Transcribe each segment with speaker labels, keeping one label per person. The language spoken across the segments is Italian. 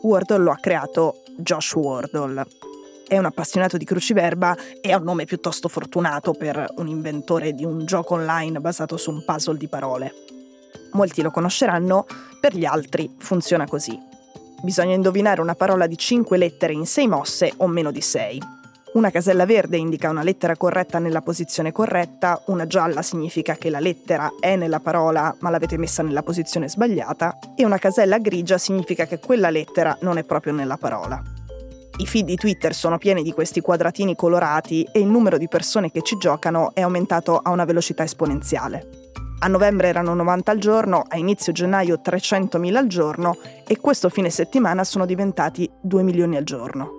Speaker 1: Wordle lo ha creato Josh Wardle. È un appassionato di cruciverba e ha un nome piuttosto fortunato per un inventore di un gioco online basato su un puzzle di parole. Molti lo conosceranno, per gli altri funziona così. Bisogna indovinare una parola di 5 lettere in 6 mosse o meno di 6. Una casella verde indica una lettera corretta nella posizione corretta, una gialla significa che la lettera è nella parola ma l'avete messa nella posizione sbagliata e una casella grigia significa che quella lettera non è proprio nella parola. I feed di Twitter sono pieni di questi quadratini colorati e il numero di persone che ci giocano è aumentato a una velocità esponenziale. A novembre erano 90 al giorno, a inizio gennaio 300.000 al giorno e questo fine settimana sono diventati 2 milioni al giorno.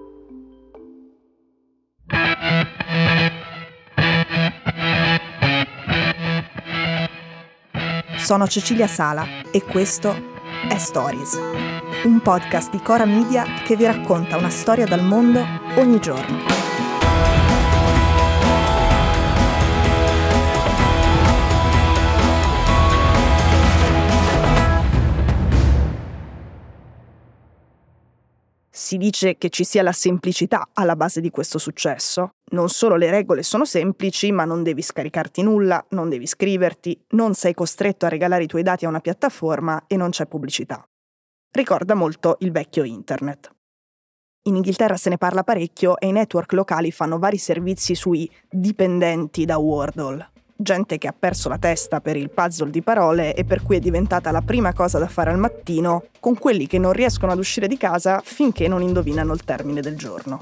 Speaker 1: Sono Cecilia Sala e questo è Stories, un podcast di Cora Media che vi racconta una storia dal mondo ogni giorno. Si dice che ci sia la semplicità alla base di questo successo. Non solo le regole sono semplici, ma non devi scaricarti nulla, non devi iscriverti, non sei costretto a regalare i tuoi dati a una piattaforma e non c'è pubblicità. Ricorda molto il vecchio internet. In Inghilterra se ne parla parecchio e i network locali fanno vari servizi sui dipendenti da Wordle. Gente che ha perso la testa per il puzzle di parole e per cui è diventata la prima cosa da fare al mattino con quelli che non riescono ad uscire di casa finché non indovinano il termine del giorno.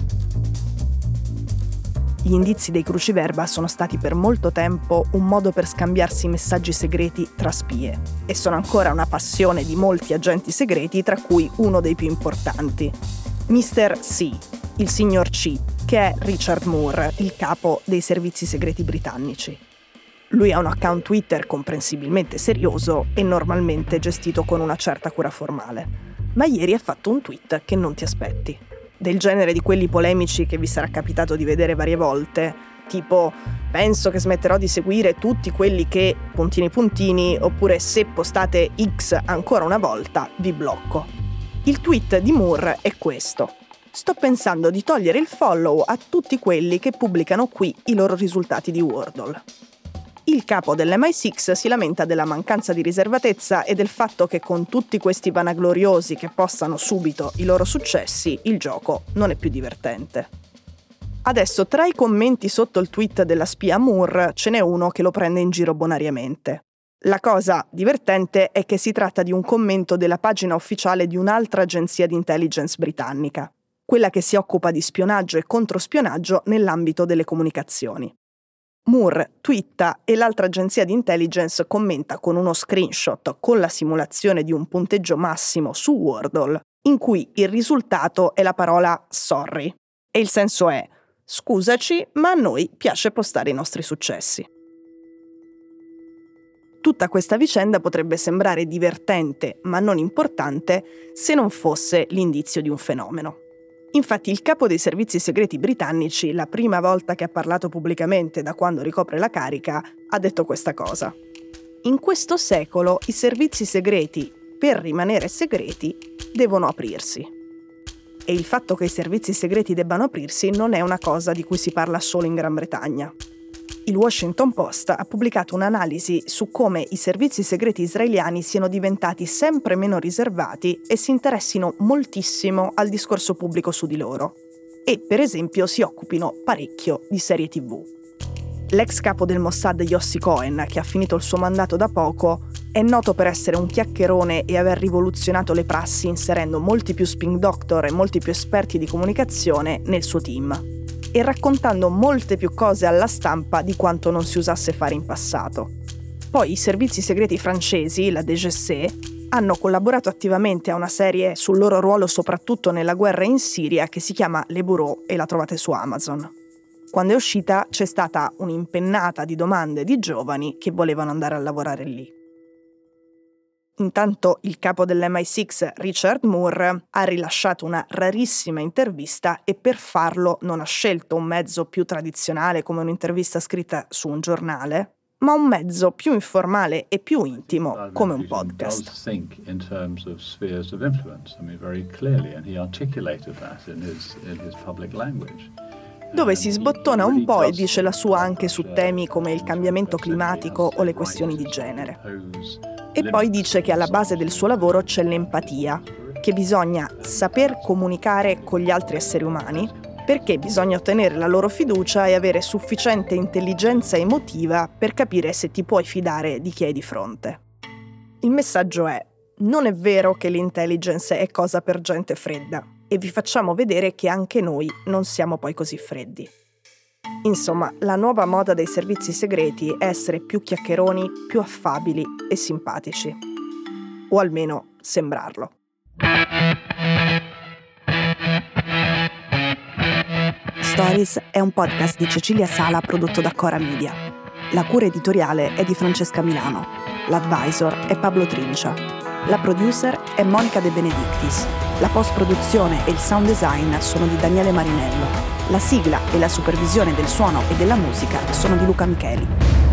Speaker 1: Gli indizi dei cruciverba sono stati per molto tempo un modo per scambiarsi messaggi segreti tra spie e sono ancora una passione di molti agenti segreti, tra cui uno dei più importanti, Mr. C, il signor C, che è Richard Moore, il capo dei servizi segreti britannici. Lui ha un account Twitter comprensibilmente serioso e normalmente gestito con una certa cura formale. Ma ieri ha fatto un tweet che non ti aspetti. Del genere di quelli polemici che vi sarà capitato di vedere varie volte, tipo penso che smetterò di seguire tutti quelli che puntini oppure se postate X ancora una volta vi blocco. Il tweet di Moore è questo. Sto pensando di togliere il follow a tutti quelli che pubblicano qui i loro risultati di Wordle. Il capo dell'MI6 si lamenta della mancanza di riservatezza e del fatto che con tutti questi vanagloriosi che postano subito i loro successi, il gioco non è più divertente. Adesso tra i commenti sotto il tweet della spia Moore ce n'è uno che lo prende in giro bonariamente. La cosa divertente è che si tratta di un commento della pagina ufficiale di un'altra agenzia di intelligence britannica, quella che si occupa di spionaggio e controspionaggio nell'ambito delle comunicazioni. Moore twitta e l'altra agenzia di intelligence commenta con uno screenshot con la simulazione di un punteggio massimo su Wordle, in cui il risultato è la parola sorry. E il senso è scusaci, ma a noi piace postare i nostri successi. Tutta questa vicenda potrebbe sembrare divertente, ma non importante, se non fosse l'indizio di un fenomeno. Infatti il capo dei servizi segreti britannici, la prima volta che ha parlato pubblicamente da quando ricopre la carica, ha detto questa cosa. In questo secolo i servizi segreti, per rimanere segreti, devono aprirsi. E il fatto che i servizi segreti debbano aprirsi non è una cosa di cui si parla solo in Gran Bretagna. Il Washington Post ha pubblicato un'analisi su come i servizi segreti israeliani siano diventati sempre meno riservati e si interessino moltissimo al discorso pubblico su di loro. E, per esempio, si occupino parecchio di serie TV. L'ex capo del Mossad Yossi Cohen, che ha finito il suo mandato da poco, è noto per essere un chiacchierone e aver rivoluzionato le prassi inserendo molti più spin doctor e molti più esperti di comunicazione nel suo team. E raccontando molte più cose alla stampa di quanto non si usasse fare in passato. Poi i servizi segreti francesi, la DGSE, hanno collaborato attivamente a una serie sul loro ruolo soprattutto nella guerra in Siria che si chiama Le Bureau e la trovate su Amazon. Quando è uscita c'è stata un'impennata di domande di giovani che volevano andare a lavorare lì. Intanto il capo dell'MI6, Richard Moore, ha rilasciato una rarissima intervista e per farlo non ha scelto un mezzo più tradizionale come un'intervista scritta su un giornale, ma un mezzo più informale e più intimo, come un podcast. Dove si sbottona un po' e dice la sua anche su temi come il cambiamento climatico o le questioni di genere. E poi dice che alla base del suo lavoro c'è l'empatia, che bisogna saper comunicare con gli altri esseri umani, perché bisogna ottenere la loro fiducia e avere sufficiente intelligenza emotiva per capire se ti puoi fidare di chi hai di fronte. Il messaggio è: non è vero che l'intelligence è cosa per gente fredda, e vi facciamo vedere che anche noi non siamo poi così freddi. Insomma, la nuova moda dei servizi segreti è essere più chiacchieroni, più affabili e simpatici. O almeno sembrarlo. Stories è un podcast di Cecilia Sala prodotto da Cora Media. La cura editoriale è di Francesca Milano. L'advisor è Pablo Trincia. La producer è Monica De Benedictis. La post-produzione e il sound design sono di Daniele Marinello. La sigla e la supervisione del suono e della musica sono di Luca Micheli.